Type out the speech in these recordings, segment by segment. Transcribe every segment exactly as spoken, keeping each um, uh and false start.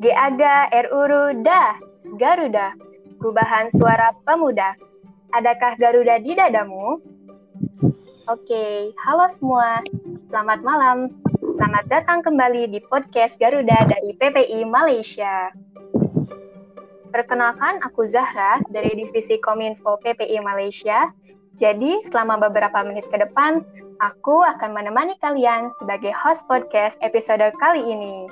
Geaga Eruruda, Garuda, Gubahan Suara Pemuda. Adakah Garuda di dadamu? Oke, halo semua. Selamat malam. Selamat datang kembali di podcast Garuda dari P P I Malaysia. Perkenalkan, aku Zahra dari Divisi Kominfo P P I Malaysia. Jadi, selama beberapa menit ke depan, aku akan menemani kalian sebagai host podcast episode kali ini.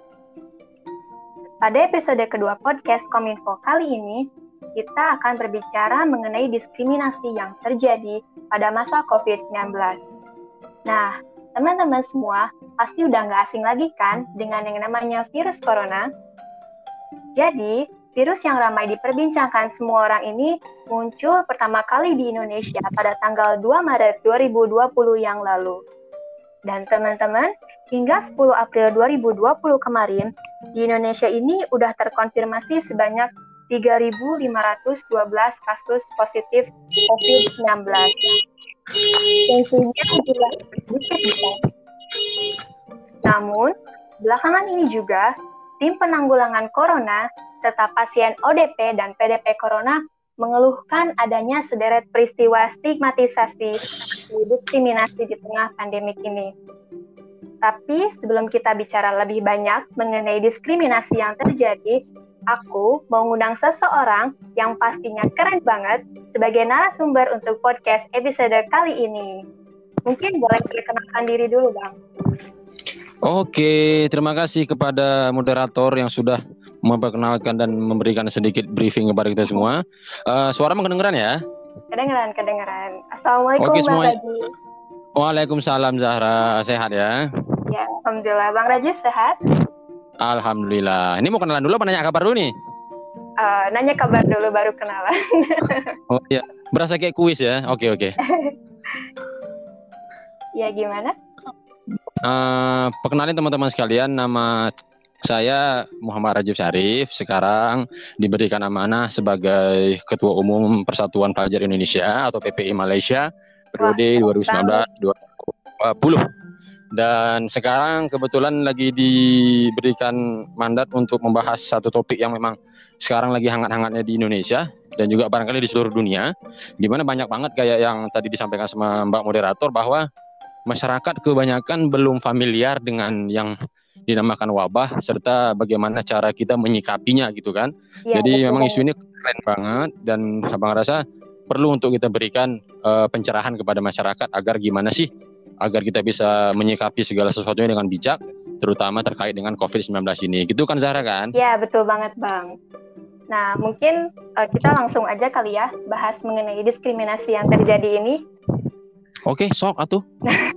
Pada episode kedua podcast Kominfo kali ini, kita akan berbicara mengenai diskriminasi yang terjadi pada masa covid sembilan belas. Nah, teman-teman semua pasti udah nggak asing lagi kan dengan yang namanya virus corona? Jadi, virus yang ramai diperbincangkan semua orang ini muncul pertama kali di Indonesia pada tanggal dua Maret dua ribu dua puluh yang lalu. Dan teman-teman, hingga sepuluh April dua ribu dua puluh kemarin, di Indonesia ini udah terkonfirmasi sebanyak tiga ribu lima ratus dua belas kasus positif covid sembilan belas. Tentunya jumlah sedikit bukan? Namun, belakangan ini juga, tim penanggulangan corona serta pasien O D P dan P D P corona mengeluhkan adanya sederet peristiwa stigmatisasi dan diskriminasi di tengah pandemik ini. Tapi sebelum kita bicara lebih banyak mengenai diskriminasi yang terjadi, aku mau ngundang seseorang yang pastinya keren banget sebagai narasumber untuk podcast episode kali ini. Mungkin boleh perkenalkan diri dulu, Bang. Oke, terima kasih kepada moderator yang sudah memperkenalkan dan memberikan sedikit briefing kepada kita semua. Uh, suara kedengeran ya? Kedengeran, kedengeran. Assalamualaikum, Oke, Bang semua... Raji. Waalaikumsalam Zahra, sehat ya? Ya, alhamdulillah. Bang Raji sehat? Alhamdulillah. Ini mau kenalan dulu apa nanya kabar dulu nih? Uh, nanya kabar dulu baru kenalan. Oh iya, berasa kayak kuis ya? Oke, oke. Ya, gimana? Uh, perkenalin teman-teman sekalian, nama saya Muhammad Rajib Syarif, sekarang diberikan amanah sebagai Ketua Umum Persatuan Pelajar Indonesia atau P P I Malaysia periode dua ribu sembilan belas sampai dua ribu dua puluh. Dan sekarang kebetulan lagi diberikan mandat untuk membahas satu topik yang memang sekarang lagi hangat-hangatnya di Indonesia dan juga barangkali di seluruh dunia, di mana banyak banget kayak yang tadi disampaikan sama Mbak Moderator bahwa masyarakat kebanyakan belum familiar dengan yang dinamakan wabah serta bagaimana cara kita menyikapinya gitu kan. Ya, jadi betul. Memang isu ini keren banget dan Abang rasa perlu untuk kita berikan uh, pencerahan kepada masyarakat agar gimana sih agar kita bisa menyikapi segala sesuatunya dengan bijak, terutama terkait dengan covid sembilan belas ini. Gitu kan Zahra kan? Ya, betul banget Bang. Nah, mungkin uh, kita langsung aja kali ya bahas mengenai diskriminasi yang terjadi ini. Oke, sok atuh.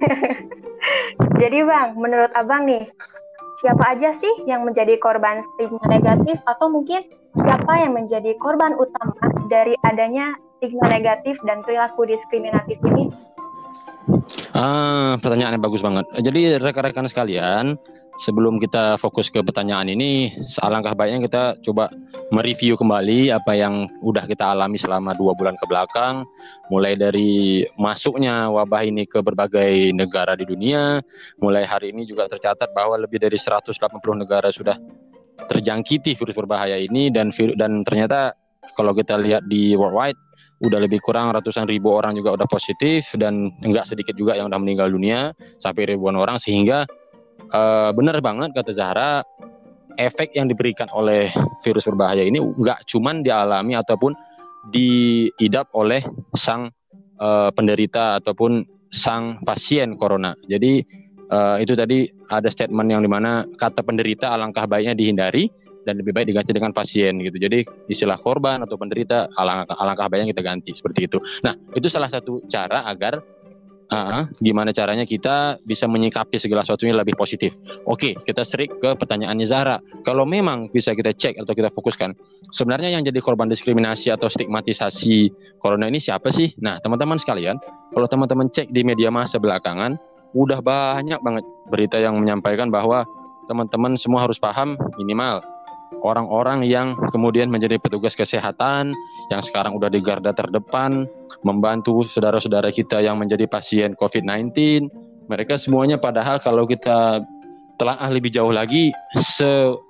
Jadi Bang, menurut Abang nih, siapa aja sih yang menjadi korban stigma negatif atau mungkin siapa yang menjadi korban utama dari adanya stigma negatif dan perilaku diskriminatif ini? Ah, pertanyaan yang bagus banget. Jadi rekan-rekan sekalian, sebelum kita fokus ke pertanyaan ini, alangkah baiknya kita coba mereview kembali apa yang udah kita alami selama dua bulan ke belakang, mulai dari masuknya wabah ini ke berbagai negara di dunia. Mulai hari ini juga tercatat bahwa lebih dari seratus delapan puluh negara sudah terjangkiti virus berbahaya ini dan dan ternyata kalau kita lihat di worldwide udah lebih kurang ratusan ribu orang juga udah positif dan enggak sedikit juga yang udah meninggal dunia sampai ribuan orang, sehingga uh, benar banget kata Zahra, efek yang diberikan oleh virus berbahaya ini enggak cuman dialami ataupun diidap oleh sang uh, penderita ataupun sang pasien corona. Jadi uh, itu tadi ada statement yang dimana kata penderita alangkah baiknya dihindari dan lebih baik diganti dengan pasien gitu. Jadi istilah korban atau penderita alangkah, alangkah baiknya kita ganti seperti itu. Nah, itu salah satu cara agar uh, gimana caranya kita bisa menyikapi segala sesuatunya lebih positif. Oke, kita strik ke pertanyaannya Zahra. Kalau memang bisa kita cek atau kita fokuskan, sebenarnya yang jadi korban diskriminasi atau stigmatisasi corona ini siapa sih? Nah, teman-teman sekalian, kalau teman-teman cek di media massa belakangan, udah banyak banget berita yang menyampaikan bahwa teman-teman semua harus paham minimal orang-orang yang kemudian menjadi petugas kesehatan yang sekarang udah di garda terdepan membantu saudara-saudara kita yang menjadi pasien covid sembilan belas, mereka semuanya padahal kalau kita telaah lebih jauh lagi, se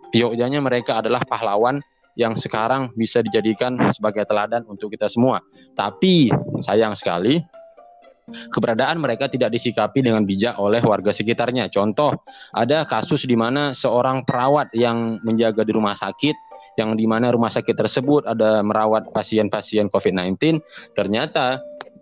yogyanya mereka adalah pahlawan yang sekarang bisa dijadikan sebagai teladan untuk kita semua. Tapi sayang sekali, keberadaan mereka tidak disikapi dengan bijak oleh warga sekitarnya. Contoh, ada kasus di mana seorang perawat yang menjaga di rumah sakit, yang di mana rumah sakit tersebut ada merawat pasien-pasien covid sembilan belas, ternyata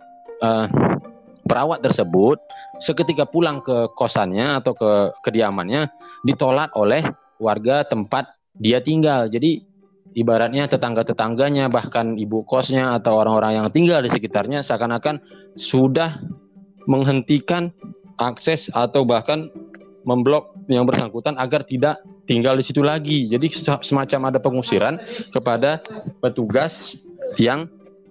uh, perawat tersebut seketika pulang ke kosannya atau ke kediamannya ditolak oleh warga tempat dia tinggal. Jadi ibaratnya tetangga-tetangganya, bahkan ibu kosnya atau orang-orang yang tinggal di sekitarnya seakan-akan sudah menghentikan akses atau bahkan memblok yang bersangkutan agar tidak tinggal di situ lagi. Jadi semacam ada pengusiran kepada petugas yang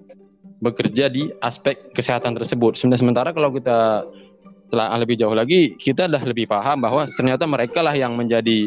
bekerja di aspek kesehatan tersebut. Sementara kalau kita telah lebih jauh lagi, kita dah lebih paham bahwa ternyata mereka lah yang menjadi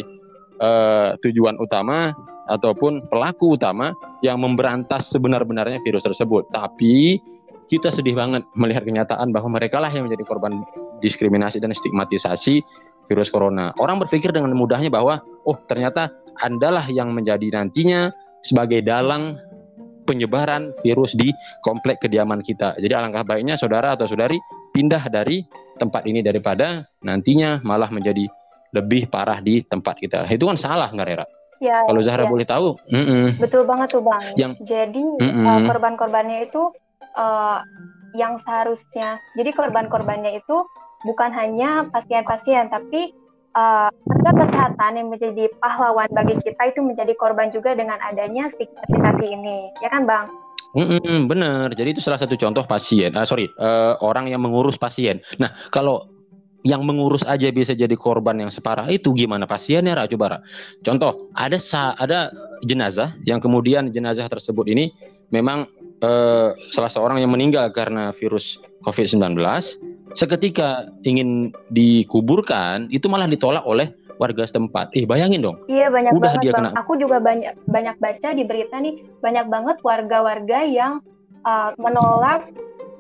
uh, tujuan utama ataupun pelaku utama yang memberantas sebenar-benarnya virus tersebut. Tapi kita sedih banget melihat kenyataan bahwa mereka lah yang menjadi korban diskriminasi dan stigmatisasi virus corona. Orang berpikir dengan mudahnya bahwa oh ternyata Andalah yang menjadi nantinya sebagai dalang penyebaran virus di komplek kediaman kita. Jadi alangkah baiknya saudara atau saudari pindah dari tempat ini daripada nantinya malah menjadi lebih parah di tempat kita. Itu kan salah nggak Rera? Ya, kalau Zahra ya. Boleh tahu, mm-mm. betul banget tuh Bang. Yang, jadi uh, korban-korbannya itu uh, yang seharusnya, jadi korban-korbannya itu bukan hanya pasien-pasien, tapi uh, tenaga kesehatan yang menjadi pahlawan bagi kita itu menjadi korban juga dengan adanya stigmatisasi ini, ya kan Bang? Mm-mm, benar. Jadi itu salah satu contoh pasien, uh, sorry, uh, orang yang mengurus pasien. Nah, kalau yang mengurus aja bisa jadi korban yang separah itu, gimana pasiennya, Ra? Coba, Ra. Contoh, ada ada jenazah yang kemudian jenazah tersebut ini memang eh, salah seorang yang meninggal karena virus covid sembilan belas. Seketika ingin dikuburkan, itu malah ditolak oleh warga setempat. Eh, bayangin dong. Iya, banyak Udah banget, dia Bang. Kena... Aku juga banyak banyak baca di berita nih, banyak banget warga-warga yang uh, menolak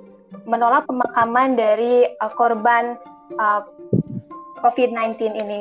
menolak pemakaman dari uh, korban Uh, covid sembilan belas ini.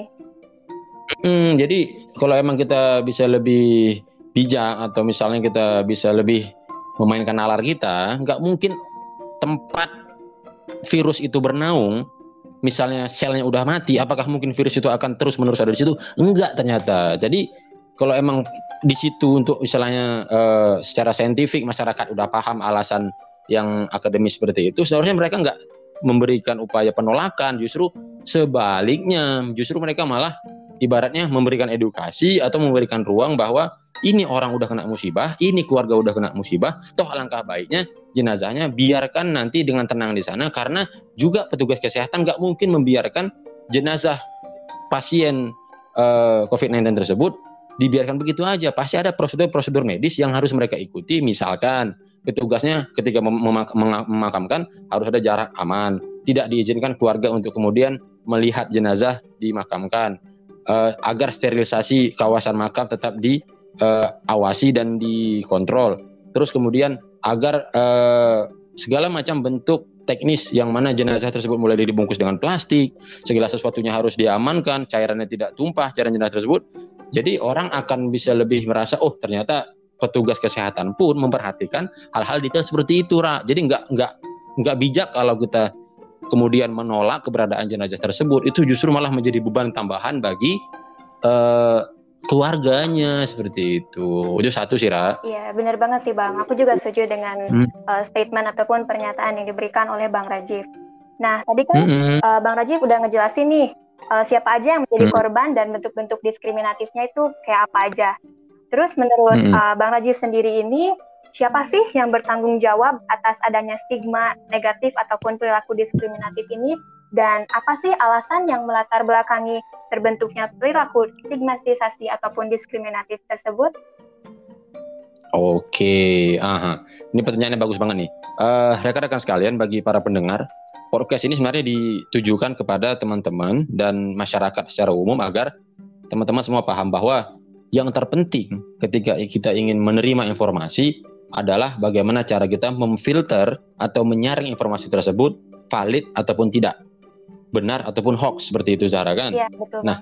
Hmm, jadi kalau emang kita bisa lebih bijak atau misalnya kita bisa lebih memainkan nalar kita, nggak mungkin tempat virus itu bernaung, misalnya selnya udah mati, apakah mungkin virus itu akan terus menerus ada di situ? Enggak ternyata. Jadi kalau emang di situ untuk misalnya uh, secara saintifik masyarakat udah paham alasan yang akademis seperti itu, seharusnya mereka nggak memberikan upaya penolakan, justru sebaliknya, justru mereka malah ibaratnya memberikan edukasi atau memberikan ruang bahwa ini orang udah kena musibah, ini keluarga udah kena musibah, toh alangkah baiknya jenazahnya biarkan nanti dengan tenang di sana, karena juga petugas kesehatan nggak mungkin membiarkan jenazah pasien uh, covid sembilan belas tersebut dibiarkan begitu aja. Pasti ada prosedur-prosedur medis yang harus mereka ikuti, misalkan petugasnya ketika mem- mem- memakamkan harus ada jarak aman, tidak diizinkan keluarga untuk kemudian melihat jenazah dimakamkan, uh, agar sterilisasi kawasan makam tetap diawasi uh, dan dikontrol. Terus kemudian agar uh, segala macam bentuk teknis yang mana jenazah tersebut mulai dibungkus dengan plastik, segala sesuatunya harus diamankan, cairannya tidak tumpah, cairan jenazah tersebut. Jadi orang akan bisa lebih merasa, oh ternyata petugas kesehatan pun memperhatikan hal-hal detail seperti itu, Ra. Jadi nggak nggak nggak bijak kalau kita kemudian menolak keberadaan jenazah tersebut. Itu justru malah menjadi beban tambahan bagi uh, keluarganya seperti itu. Itu satu sih, Ra. Iya, benar banget sih, Bang. Aku juga setuju dengan hmm. uh, statement ataupun pernyataan yang diberikan oleh Bang Rajiv. Nah, tadi kan hmm. uh, Bang Rajiv udah ngejelasin nih uh, siapa aja yang menjadi hmm. korban dan bentuk-bentuk diskriminatifnya itu kayak apa aja. Terus menurut hmm. uh, Bang Rajiv sendiri ini, siapa sih yang bertanggung jawab atas adanya stigma negatif ataupun perilaku diskriminatif ini? Dan apa sih alasan yang melatar belakangi terbentuknya perilaku stigmatisasi ataupun diskriminatif tersebut? Oke, aha. Ini pertanyaannya bagus banget nih. Uh, rekan-rekan sekalian, bagi para pendengar, podcast ini sebenarnya ditujukan kepada teman-teman dan masyarakat secara umum agar teman-teman semua paham bahwa yang terpenting ketika kita ingin menerima informasi adalah bagaimana cara kita memfilter atau menyaring informasi tersebut valid ataupun tidak, benar ataupun hoax, seperti itu Zahra kan? Iya, betul. Nah,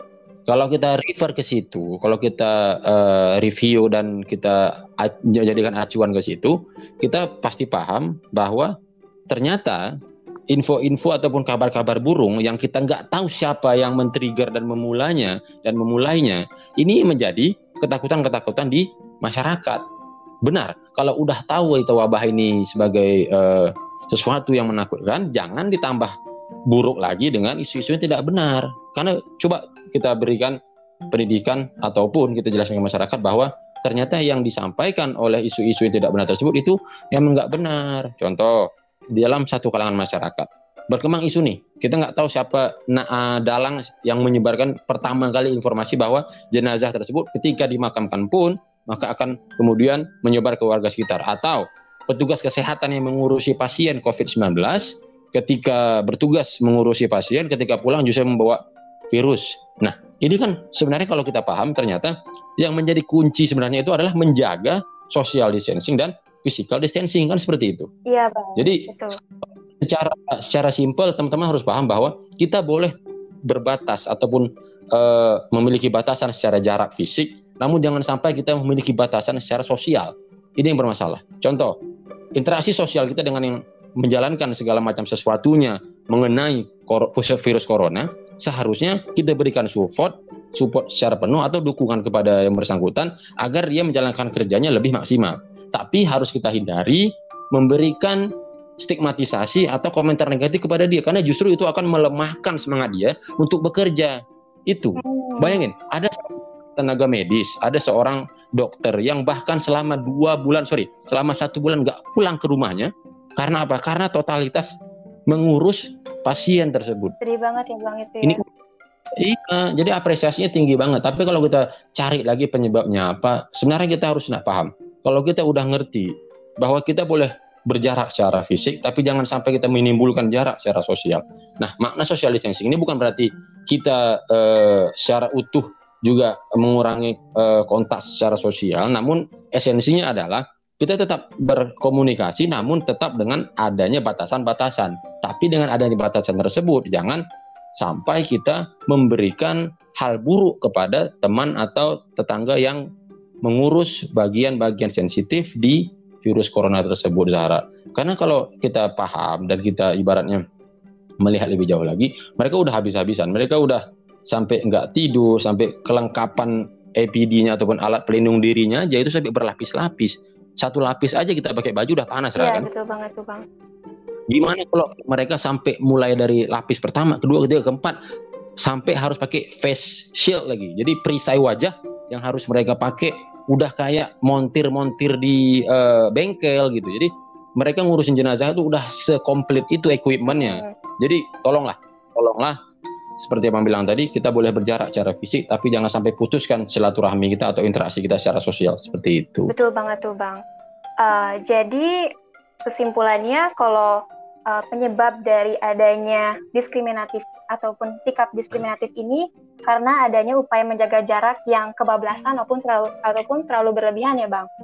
Kalau kita refer ke situ, kalau kita uh, review dan kita a- jadikan acuan ke situ, kita pasti paham bahwa ternyata info-info ataupun kabar-kabar burung yang kita nggak tahu siapa yang men-trigger dan memulainya dan memulainya, ini menjadi ketakutan-ketakutan di masyarakat. Benar, kalau udah tahu itu wabah ini sebagai uh, sesuatu yang menakutkan, jangan ditambah buruk lagi dengan isu-isu yang tidak benar. Karena coba kita berikan pendidikan ataupun kita jelaskan ke masyarakat bahwa ternyata yang disampaikan oleh isu-isu yang tidak benar tersebut itu yang nggak benar. Contoh, di dalam satu kalangan masyarakat berkembang isu nih, kita nggak tahu siapa nah, dalang yang menyebarkan pertama kali informasi bahwa jenazah tersebut ketika dimakamkan pun maka akan kemudian menyebar ke warga sekitar, atau petugas kesehatan yang mengurusi pasien covid sembilan belas ketika bertugas mengurusi pasien ketika pulang justru membawa virus. Nah, ini kan sebenarnya kalau kita paham ternyata yang menjadi kunci sebenarnya itu adalah menjaga social distancing dan physical distancing, kan seperti itu. Iya, Bang. Jadi betul. secara secara simpel teman-teman harus paham bahwa kita boleh berbatas ataupun uh, memiliki batasan secara jarak fisik, namun jangan sampai kita memiliki batasan secara sosial. Ini yang bermasalah. Contoh, interaksi sosial kita dengan yang menjalankan segala macam sesuatunya mengenai virus corona, seharusnya kita berikan support, support secara penuh atau dukungan kepada yang bersangkutan agar dia menjalankan kerjanya lebih maksimal. Tapi harus kita hindari memberikan stigmatisasi atau komentar negatif kepada dia, karena justru itu akan melemahkan semangat dia untuk bekerja. Itu, bayangin, ada tenaga medis, ada seorang dokter yang bahkan selama dua bulan, sorry, selama satu bulan nggak pulang ke rumahnya. Karena apa? Karena totalitas mengurus pasien tersebut. Sedih banget ya Bang itu ya. Ini, iya, jadi apresiasinya tinggi banget. Tapi kalau kita cari lagi penyebabnya apa, sebenarnya kita harus nak paham. Kalau kita udah ngerti bahwa kita boleh berjarak secara fisik, tapi jangan sampai kita menimbulkan jarak secara sosial. Nah, makna social distancing ini bukan berarti kita eh, secara utuh juga mengurangi eh, kontak secara sosial, namun esensinya adalah kita tetap berkomunikasi, namun tetap dengan adanya batasan-batasan. Tapi dengan adanya batasan tersebut, jangan sampai kita memberikan hal buruk kepada teman atau tetangga yang mengurus bagian-bagian sensitif di virus corona tersebut, Zahra. Karena kalau kita paham dan kita ibaratnya melihat lebih jauh lagi, mereka udah habis-habisan. Mereka udah sampai nggak tidur, sampai kelengkapan A P D-nya ataupun alat pelindung dirinya aja itu sampai berlapis-lapis. Satu lapis aja kita pakai baju udah panas, Iya, kan? betul banget tuh Bang. Gimana kalau mereka sampai mulai dari lapis pertama, kedua, ketiga, keempat, sampai harus pakai face shield lagi. Jadi perisai wajah yang harus mereka pakai udah kayak montir-montir di uh, bengkel gitu. Jadi mereka ngurusin jenazah itu udah sekomplit itu equipmentnya. Hmm. Jadi tolonglah, tolonglah. Seperti yang Bang bilang tadi, kita boleh berjarak secara fisik, tapi jangan sampai putuskan silaturahmi kita atau interaksi kita secara sosial, seperti itu. Betul banget tuh Bang. Uh, jadi kesimpulannya kalau uh, penyebab dari adanya diskriminatif ataupun sikap diskriminatif ini karena adanya upaya menjaga jarak yang kebablasan ataupun terlalu, ataupun terlalu berlebihan ya Bang.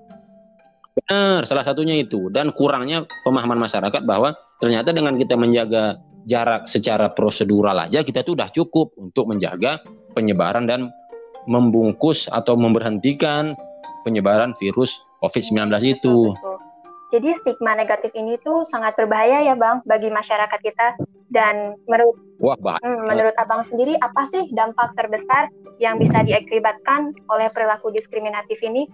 Benar, salah satunya itu. Dan kurangnya pemahaman masyarakat bahwa ternyata dengan kita menjaga jarak secara prosedural aja kita tuh udah cukup untuk menjaga penyebaran dan membungkus atau memberhentikan penyebaran virus covid sembilan belas itu. Betul. Jadi stigma negatif ini tuh sangat berbahaya ya Bang bagi masyarakat kita. Dan menurut Wah, bahaya. Hmm, menurut Abang sendiri apa sih dampak terbesar yang bisa diakibatkan oleh perilaku diskriminatif ini?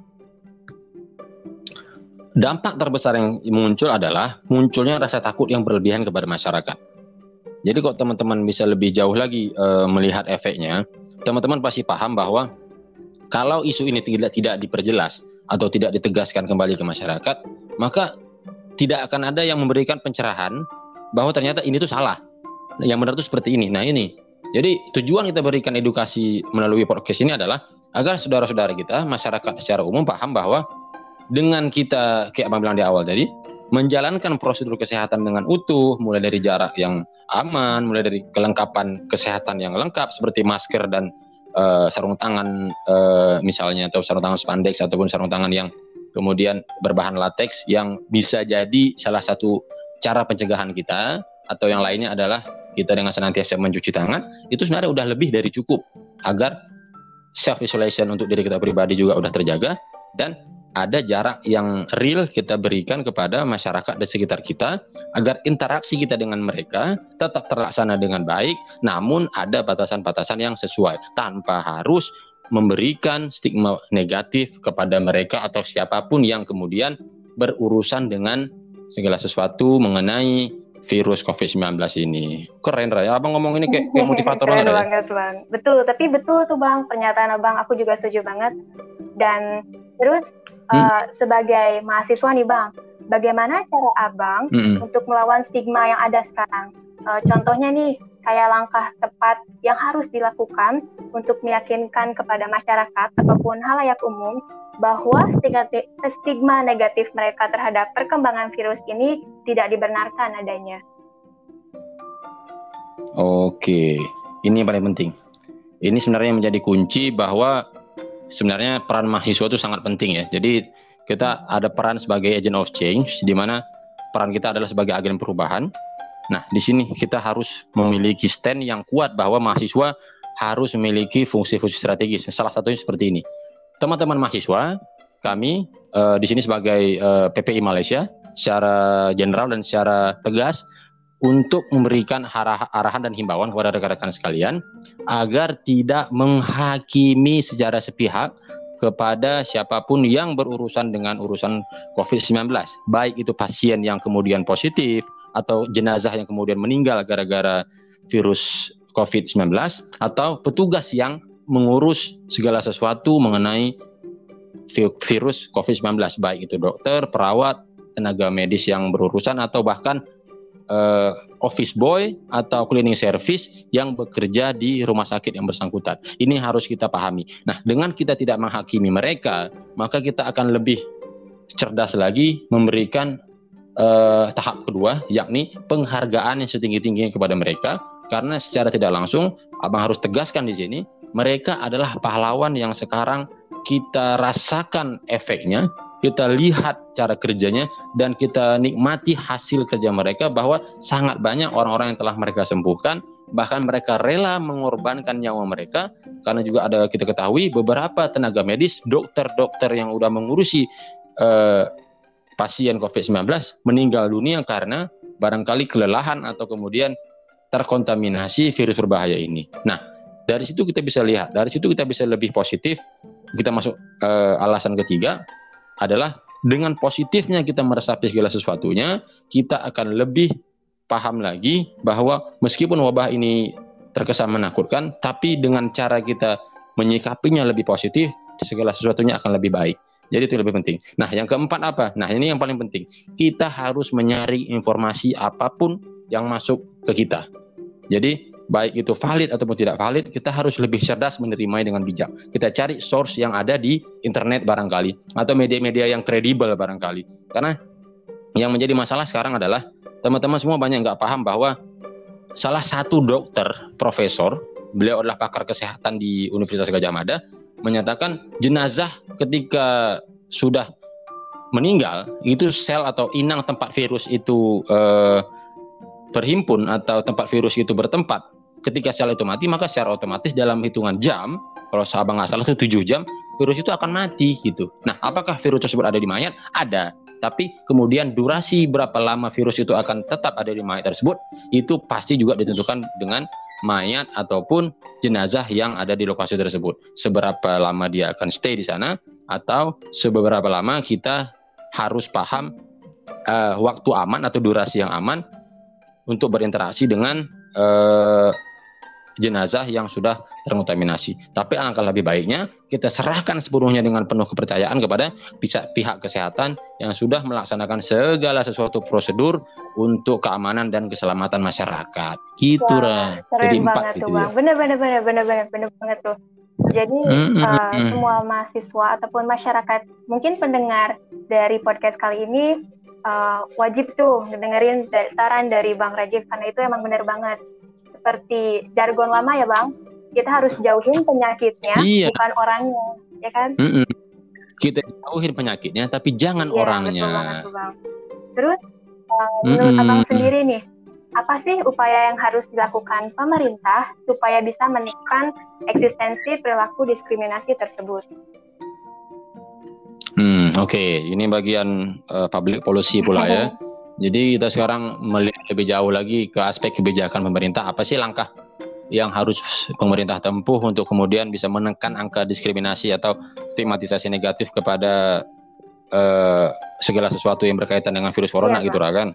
Dampak terbesar yang muncul adalah munculnya rasa takut yang berlebihan kepada masyarakat. Jadi kalau teman-teman bisa lebih jauh lagi e, melihat efeknya, teman-teman pasti paham bahwa kalau isu ini tidak tidak diperjelas atau tidak ditegaskan kembali ke masyarakat, maka tidak akan ada yang memberikan pencerahan bahwa ternyata ini tuh salah. Yang benar tuh seperti ini. Nah ini. Jadi tujuan kita berikan edukasi melalui podcast ini adalah agar saudara-saudara kita, masyarakat secara umum paham bahwa dengan kita, kayak Abang bilang di awal tadi, menjalankan prosedur kesehatan dengan utuh, mulai dari jarak yang aman, mulai dari kelengkapan kesehatan yang lengkap seperti masker dan uh, sarung tangan uh, misalnya, atau sarung tangan spandex ataupun sarung tangan yang kemudian berbahan latex yang bisa jadi salah satu cara pencegahan kita, atau yang lainnya adalah kita dengan senantiasa mencuci tangan, itu sebenarnya udah lebih dari cukup. agar self isolation untuk diri kita pribadi juga udah terjaga, dan ada jarak yang real kita berikan kepada masyarakat di sekitar kita agar interaksi kita dengan mereka tetap terlaksana dengan baik, namun ada batasan-batasan yang sesuai tanpa harus memberikan stigma negatif kepada mereka atau siapapun yang kemudian berurusan dengan segala sesuatu mengenai virus covid sembilan belas ini. Keren Raya, abang ngomong ini kayak, kayak motivator banget. Keren banget Bang. Betul, tapi betul tuh Bang, pernyataan Abang aku juga setuju banget. Dan terus hmm. uh, sebagai mahasiswa nih Bang, bagaimana cara Abang hmm. untuk melawan stigma yang ada sekarang? Uh, contohnya nih, kayak langkah tepat yang harus dilakukan untuk meyakinkan kepada masyarakat ataupun halayak umum bahwa stigma, stigma negatif mereka terhadap perkembangan virus ini tidak dibenarkan adanya. Oke, ini yang paling penting. Ini sebenarnya menjadi kunci bahwa sebenarnya peran mahasiswa itu sangat penting ya. Jadi kita ada peran sebagai agent of change, di mana peran kita adalah sebagai agen perubahan. Nah, di sini kita harus memiliki stand yang kuat bahwa mahasiswa harus memiliki fungsi-fungsi strategis. Salah satunya seperti ini. Teman-teman mahasiswa, kami uh, di sini sebagai uh, P P I Malaysia secara general dan secara tegas untuk memberikan arah, arahan dan himbauan kepada rekan-rekan sekalian agar tidak menghakimi secara sepihak kepada siapapun yang berurusan dengan urusan covid sembilan belas, baik itu pasien yang kemudian positif atau jenazah yang kemudian meninggal gara-gara virus covid sembilan belas, atau petugas yang mengurus segala sesuatu mengenai virus covid sembilan belas, baik itu dokter, perawat, tenaga medis yang berurusan, atau bahkan uh, office boy atau cleaning service yang bekerja di rumah sakit yang bersangkutan. Ini harus kita pahami. Nah, dengan kita tidak menghakimi mereka, maka kita akan lebih cerdas lagi memberikan uh, tahap kedua, yakni penghargaan yang setinggi-tingginya kepada mereka, karena secara tidak langsung, abang harus tegaskan di sini, mereka adalah pahlawan yang sekarang kita rasakan efeknya, kita lihat cara kerjanya, dan kita nikmati hasil kerja mereka bahwa sangat banyak orang-orang yang telah mereka sembuhkan, bahkan mereka rela mengorbankan nyawa mereka, karena juga ada kita ketahui beberapa tenaga medis, dokter-dokter yang udah mengurusi eh, pasien covid sembilan belas meninggal dunia karena barangkali kelelahan atau kemudian terkontaminasi virus berbahaya ini. Nah, dari situ kita bisa lihat, dari situ kita bisa lebih positif. Kita masuk uh, alasan ketiga adalah dengan positifnya kita meresapi segala sesuatunya, kita akan lebih paham lagi bahwa meskipun wabah ini terkesan menakutkan, tapi dengan cara kita menyikapinya lebih positif, segala sesuatunya akan lebih baik. Jadi itu lebih penting. Nah, yang keempat apa? Nah, ini yang paling penting. Kita harus menyaring informasi apapun yang masuk ke kita. Jadi baik itu valid ataupun tidak valid, kita harus lebih cerdas menerimanya dengan bijak. Kita cari source yang ada di internet barangkali, atau media-media yang kredibel barangkali. Karena yang menjadi masalah sekarang adalah teman-teman semua banyak nggak paham bahwa salah satu dokter, profesor, beliau adalah pakar kesehatan di Universitas Gadjah Mada, menyatakan jenazah ketika sudah meninggal, itu sel atau inang tempat virus itu eh, berhimpun atau tempat virus itu bertempat, ketika sel itu mati, maka secara otomatis dalam hitungan jam, kalau sahabat nggak salah itu tujuh jam, virus itu akan mati gitu. Nah, apakah virus tersebut ada di mayat? Ada. Tapi kemudian durasi berapa lama virus itu akan tetap ada di mayat tersebut, itu pasti juga ditentukan dengan mayat ataupun jenazah yang ada di lokasi tersebut. Seberapa lama dia akan stay di sana, atau seberapa lama kita harus paham uh, waktu aman atau durasi yang aman untuk berinteraksi dengan uh, jenazah yang sudah terkontaminasi. Tapi alangkah lebih baiknya kita serahkan sepenuhnya dengan penuh kepercayaan kepada pihak, pihak kesehatan yang sudah melaksanakan segala sesuatu prosedur untuk keamanan dan keselamatan masyarakat. Gitu, Ra. Jadi empat gitu ya. Bener, bener, bener, bener, bener, bener banget tuh. Jadi mm-hmm. uh, semua mahasiswa ataupun masyarakat, mungkin pendengar dari podcast kali ini, Uh, wajib tuh dengerin saran dari Bang Rajif, karena itu emang bener banget. Seperti jargon lama ya Bang, kita harus jauhin penyakitnya, iya. bukan orangnya, ya kan? Mm-mm. Kita jauhin penyakitnya, tapi jangan ya, orangnya. Betul banget tuh Bang. Terus uh, menurut Mm-mm. Abang sendiri nih, apa sih upaya yang harus dilakukan pemerintah supaya bisa menekan eksistensi perilaku diskriminasi tersebut? Hmm, oke. Okay. Ini bagian uh, public policy pula ya. Jadi kita sekarang melihat lebih jauh lagi ke aspek kebijakan pemerintah. Apa sih langkah yang harus pemerintah tempuh untuk kemudian bisa menekan angka diskriminasi atau stigmatisasi negatif kepada uh, segala sesuatu yang berkaitan dengan virus corona, ya, gitu kan?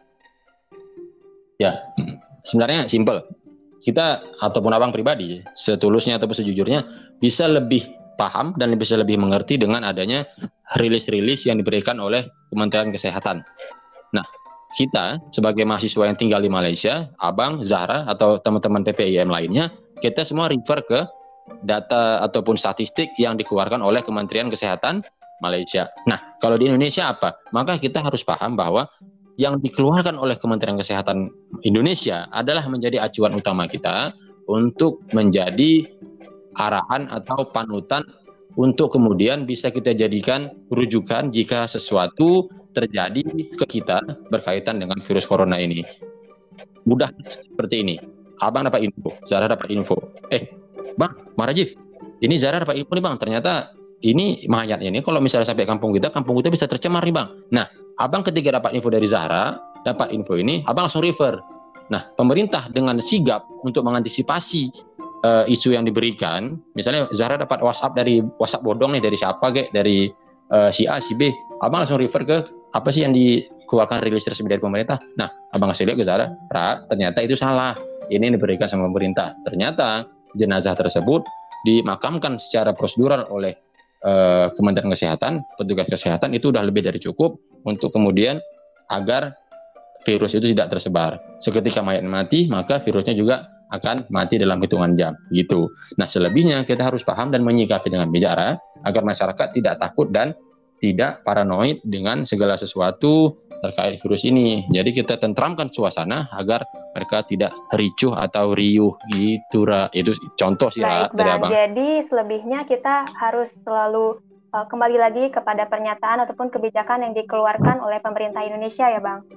Ya, sebenarnya simple. Kita ataupun abang pribadi, setulusnya ataupun sejujurnya, bisa lebih paham dan bisa lebih mengerti dengan adanya rilis-rilis yang diberikan oleh Kementerian Kesehatan. Nah, kita sebagai mahasiswa yang tinggal di Malaysia, abang, Zahra, atau teman-teman P P I M lainnya, kita semua refer ke data ataupun statistik yang dikeluarkan oleh Kementerian Kesehatan Malaysia. Nah, kalau di Indonesia apa? Maka kita harus paham bahwa yang dikeluarkan oleh Kementerian Kesehatan Indonesia adalah menjadi acuan utama kita untuk menjadi arahan atau panutan untuk kemudian bisa kita jadikan rujukan jika sesuatu terjadi ke kita berkaitan dengan virus corona ini. Mudah seperti ini. Abang dapat info, Zara dapat info. Eh, Bang, Marajif, ini Zara dapat info nih Bang. Ternyata ini mayatnya ini kalau misalnya sampai kampung kita, kampung kita bisa tercemar nih Bang. Nah, abang ketika dapat info dari Zahra, dapat info ini, abang langsung refer. Nah, pemerintah dengan sigap untuk mengantisipasi uh, isu yang diberikan, misalnya Zahra dapat WhatsApp dari WhatsApp bodong nih dari siapa kek, dari uh, si A, si B, abang langsung refer ke apa sih yang dikeluarkan rilis resmi dari pemerintah. Nah, abang kasih lihat ke Zahra, Ra, ternyata itu salah. Ini yang diberikan sama pemerintah. Ternyata jenazah tersebut dimakamkan secara prosedural oleh uh, Kementerian Kesehatan, petugas kesehatan itu udah lebih dari cukup untuk kemudian agar virus itu tidak tersebar. Seketika mayat mati, maka virusnya juga akan mati dalam hitungan jam, gitu. Nah, selebihnya kita harus paham dan menyikapi dengan bicara agar masyarakat tidak takut dan tidak paranoid dengan segala sesuatu terkait virus ini. Jadi kita tentramkan suasana agar mereka tidak ricuh atau riuh, gitu, Ra. Itu contoh sih, Ra, dari Abang. Jadi selebihnya kita harus selalu uh, kembali lagi kepada pernyataan ataupun kebijakan yang dikeluarkan oleh pemerintah Indonesia ya, Bang.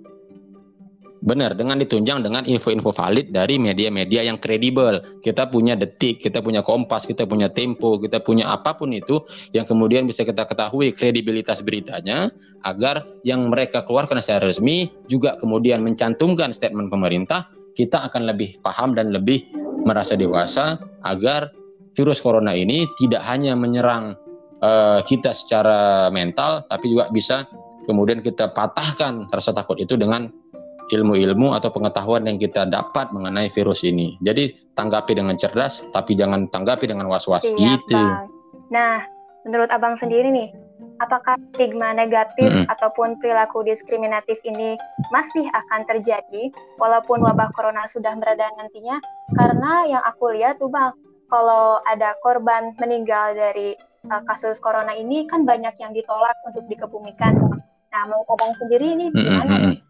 Benar, dengan ditunjang dengan info-info valid dari media-media yang kredibel. Kita punya Detik, kita punya Kompas, kita punya Tempo, kita punya apapun itu yang kemudian bisa kita ketahui kredibilitas beritanya, agar yang mereka keluarkan secara resmi juga kemudian mencantumkan statement pemerintah, kita akan lebih paham dan lebih merasa dewasa agar virus corona ini tidak hanya menyerang uh, kita secara mental, tapi juga bisa kemudian kita patahkan rasa takut itu dengan ilmu-ilmu atau pengetahuan yang kita dapat mengenai virus ini. Jadi tanggapi dengan cerdas, tapi jangan tanggapi dengan was-was. Iya, gitu. Bang. Nah, menurut Abang sendiri nih, apakah stigma negatif mm-hmm. ataupun perilaku diskriminatif ini masih akan terjadi walaupun wabah corona sudah mereda nantinya? Karena yang aku lihat tuh Bang, kalau ada korban meninggal dari uh, kasus corona ini kan banyak yang ditolak untuk dikebumikan. Nah, menurut Abang sendiri ini gimana? Mm-hmm.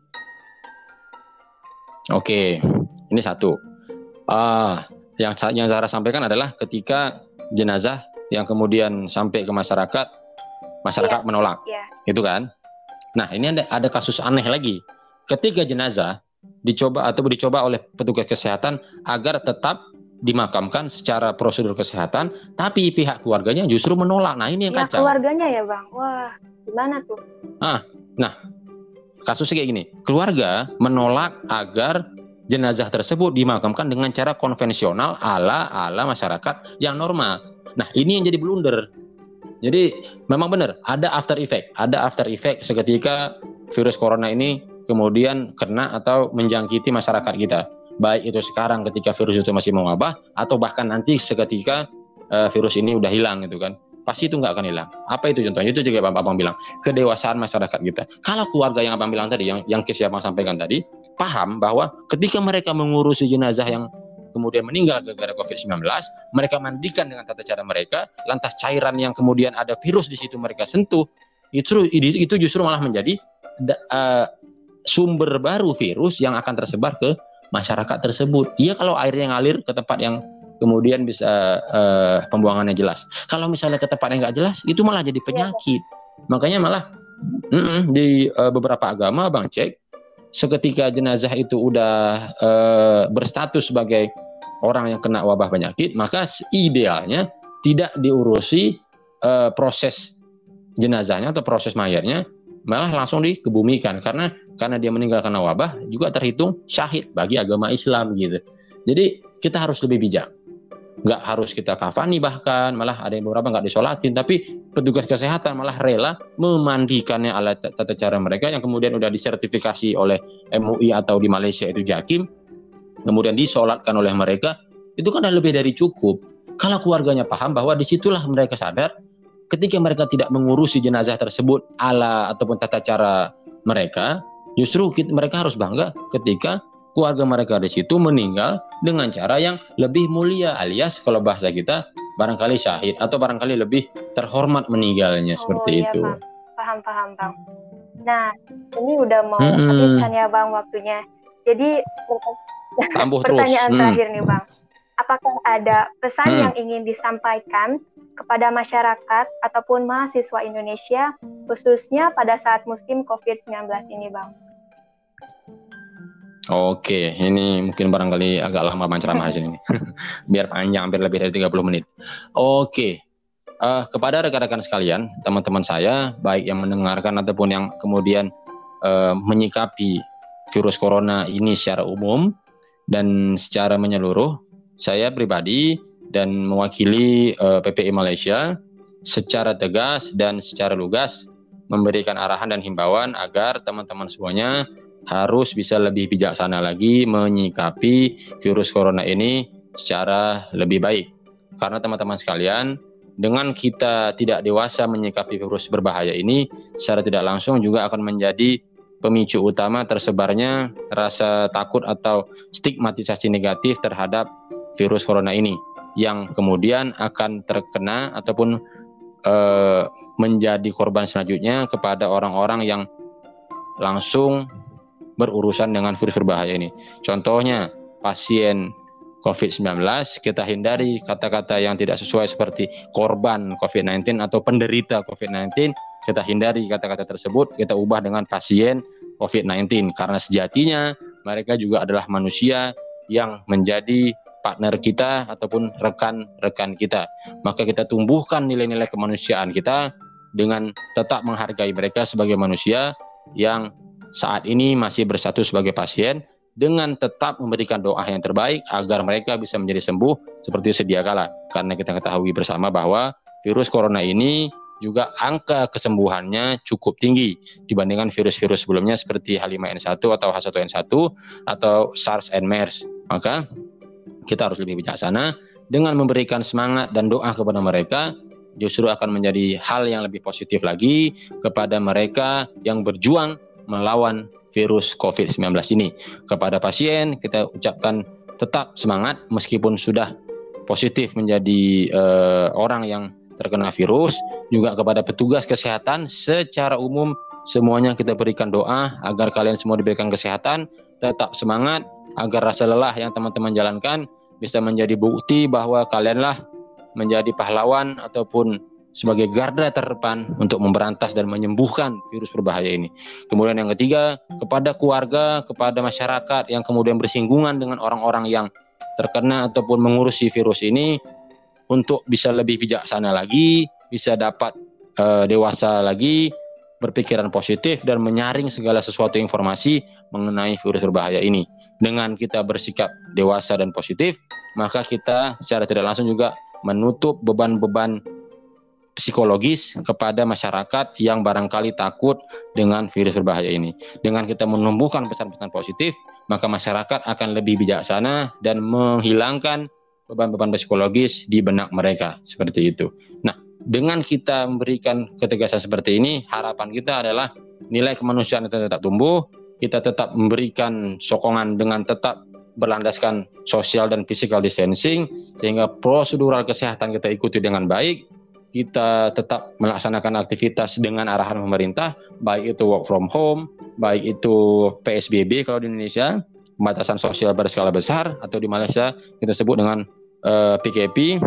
Oke, ini satu. Uh, yang yang Zahra sampaikan adalah ketika jenazah yang kemudian sampai ke masyarakat, masyarakat yeah. menolak, yeah. gitu kan? Nah, ini ada, ada kasus aneh lagi. Ketika jenazah dicoba atau dicoba oleh petugas kesehatan agar tetap dimakamkan secara prosedur kesehatan, tapi pihak keluarganya justru menolak. Nah, ini yang ya, kacau. Keluarganya ya, Bang. Wah, gimana tuh? Ah, nah. Kasusnya kayak gini, keluarga menolak agar jenazah tersebut dimakamkan dengan cara konvensional ala ala masyarakat yang normal. Nah, ini yang jadi blunder. Jadi memang benar ada after effect, ada after effect seketika virus corona ini kemudian kena atau menjangkiti masyarakat kita. Baik itu sekarang ketika virus itu masih mewabah atau bahkan nanti seketika uh, virus ini udah hilang gitu kan. Pasti itu nggak akan hilang. Apa itu contohnya? Itu juga Abang bilang, kedewasaan masyarakat kita. Kalau keluarga yang Abang bilang tadi, yang yang kes Abang sampaikan tadi, paham bahwa ketika mereka mengurusi jenazah yang kemudian meninggal gara-gara covid sembilan belas, mereka mandikan dengan tata cara mereka, lantas cairan yang kemudian ada virus di situ mereka sentuh, itu itu justru malah menjadi uh, sumber baru virus yang akan tersebar ke masyarakat tersebut. Iya, kalau airnya ngalir ke tempat yang kemudian bisa uh, pembuangannya jelas. Kalau misalnya ke tempat yang nggak jelas, itu malah jadi penyakit. Ya. Makanya malah mm-mm, di uh, beberapa agama Bang cek, seketika jenazah itu udah uh, berstatus sebagai orang yang kena wabah penyakit, maka idealnya tidak diurusi uh, proses jenazahnya atau proses mayatnya, malah langsung dikebumikan, karena karena dia meninggal karena wabah juga terhitung syahid bagi agama Islam gitu. Jadi kita harus lebih bijak, nggak harus kita kafani, bahkan malah ada yang beberapa nggak disolatin, tapi petugas kesehatan malah rela memandikannya ala tata cara mereka yang kemudian udah disertifikasi oleh M U I atau di Malaysia itu Jakim, kemudian disolatkan oleh mereka. Itu kan udah lebih dari cukup. Kalau keluarganya paham bahwa disitulah mereka sadar ketika mereka tidak mengurusi jenazah tersebut ala ataupun tata cara mereka, justru kita, mereka harus bangga ketika keluarga mereka di situ meninggal dengan cara yang lebih mulia, alias kalau bahasa kita barangkali syahid atau barangkali lebih terhormat meninggalnya, oh, seperti iya, itu. Bang. Paham, paham, Bang. Nah, ini udah mau hmm. habis kan ya, Bang, waktunya. Jadi pertanyaan terus. terakhir hmm. nih, Bang. Apakah ada pesan hmm. yang ingin disampaikan kepada masyarakat ataupun mahasiswa Indonesia khususnya pada saat musim covid sembilan belas ini, Bang? Oke, ini mungkin barangkali agak lama Bang ceramah sini. Biar panjang, hampir lebih dari tiga puluh menit. Oke, uh, kepada rekan-rekan sekalian, teman-teman saya, baik yang mendengarkan ataupun yang kemudian uh, menyikapi virus corona ini secara umum dan secara menyeluruh, saya pribadi dan mewakili uh, P P I Malaysia secara tegas dan secara lugas memberikan arahan dan himbauan agar teman-teman semuanya harus bisa lebih bijaksana lagi menyikapi virus corona ini secara lebih baik. Karena teman-teman sekalian, dengan kita tidak dewasa menyikapi virus berbahaya ini, secara tidak langsung juga akan menjadi pemicu utama tersebarnya rasa takut atau stigmatisasi negatif terhadap virus corona ini, yang kemudian akan terkena ataupun uh, menjadi korban selanjutnya kepada orang-orang yang langsung berurusan dengan virus berbahaya ini. Contohnya, pasien covid sembilan belas, kita hindari kata-kata yang tidak sesuai seperti korban covid sembilan belas atau penderita covid sembilan belas. Kita hindari kata-kata tersebut, kita ubah dengan pasien covid sembilan belas. Karena sejatinya mereka juga adalah manusia yang menjadi partner kita ataupun rekan-rekan kita. Maka kita tumbuhkan nilai-nilai kemanusiaan kita dengan tetap menghargai mereka sebagai manusia yang saat ini masih bersatu sebagai pasien, dengan tetap memberikan doa yang terbaik agar mereka bisa menjadi sembuh seperti sedia kala. Karena kita ketahui bersama bahwa virus corona ini juga angka kesembuhannya cukup tinggi dibandingkan virus-virus sebelumnya seperti H lima N satu atau H satu N satu atau SARS and MERS. Maka kita harus lebih bijaksana dengan memberikan semangat dan doa kepada mereka, justru akan menjadi hal yang lebih positif lagi kepada mereka yang berjuang melawan virus covid sembilan belas ini. Kepada pasien kita ucapkan tetap semangat meskipun sudah positif menjadi uh, orang yang terkena virus. Juga kepada petugas kesehatan secara umum semuanya kita berikan doa agar kalian semua diberikan kesehatan, tetap semangat agar rasa lelah yang teman-teman jalankan bisa menjadi bukti bahwa kalianlah menjadi pahlawan ataupun sebagai garda terdepan untuk memberantas dan menyembuhkan virus berbahaya ini. Kemudian yang ketiga, kepada keluarga, kepada masyarakat yang kemudian bersinggungan dengan orang-orang yang terkena ataupun mengurusi virus ini, untuk bisa lebih bijaksana lagi, bisa dapat uh, dewasa lagi, berpikiran positif dan menyaring segala sesuatu informasi mengenai virus berbahaya ini. Dengan kita bersikap dewasa dan positif, maka kita secara tidak langsung juga menutup beban-beban psikologis kepada masyarakat yang barangkali takut dengan virus berbahaya ini. Dengan kita menumbuhkan pesan-pesan positif, maka masyarakat akan lebih bijaksana dan menghilangkan beban-beban psikologis di benak mereka. Seperti itu. Nah, dengan kita memberikan ketegasan seperti ini, harapan kita adalah nilai kemanusiaan itu tetap tumbuh, kita tetap memberikan sokongan dengan tetap berlandaskan social dan physical distancing, sehingga prosedural kesehatan kita ikuti dengan baik, kita tetap melaksanakan aktivitas dengan arahan pemerintah, baik itu work from home, baik itu P S B B kalau di Indonesia, pembatasan sosial berskala besar, atau di Malaysia kita sebut dengan uh, P K P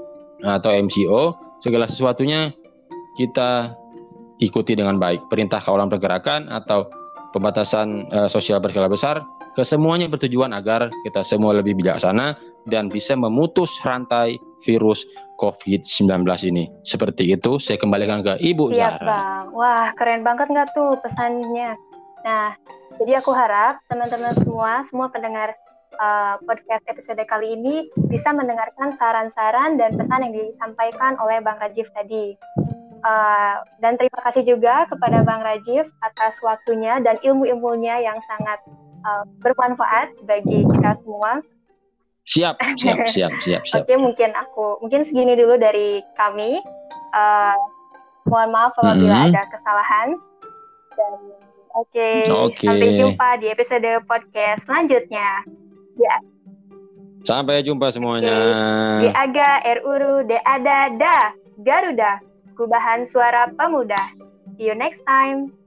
atau M C O, segala sesuatunya kita ikuti dengan baik. Perintah kawalan pergerakan atau pembatasan uh, sosial berskala besar, kesemuanya bertujuan agar kita semua lebih bijaksana dan bisa memutus rantai virus covid sembilan belas ini. Seperti itu, saya kembalikan ke Ibu Siap, Zahra. Bang. Wah, keren banget nggak tuh pesannya? Nah, jadi aku harap teman-teman semua, semua pendengar uh, podcast episode kali ini bisa mendengarkan saran-saran dan pesan yang disampaikan oleh Bang Rajif tadi. Uh, dan terima kasih juga kepada Bang Rajif atas waktunya dan ilmu-ilmunya yang sangat uh, bermanfaat bagi kita semua. Siap, siap, siap, siap, siap. Oke, mungkin aku, mungkin segini dulu dari kami. Uh, mohon maaf apabila mm-hmm. ada kesalahan. Dan oke, okay, okay. Sampai jumpa di episode podcast selanjutnya. Ya. Sampai jumpa semuanya. Okay. Di Aga, Eruru, De Ada, Da, Garuda, Kubahan Suara Pemuda. See you next time.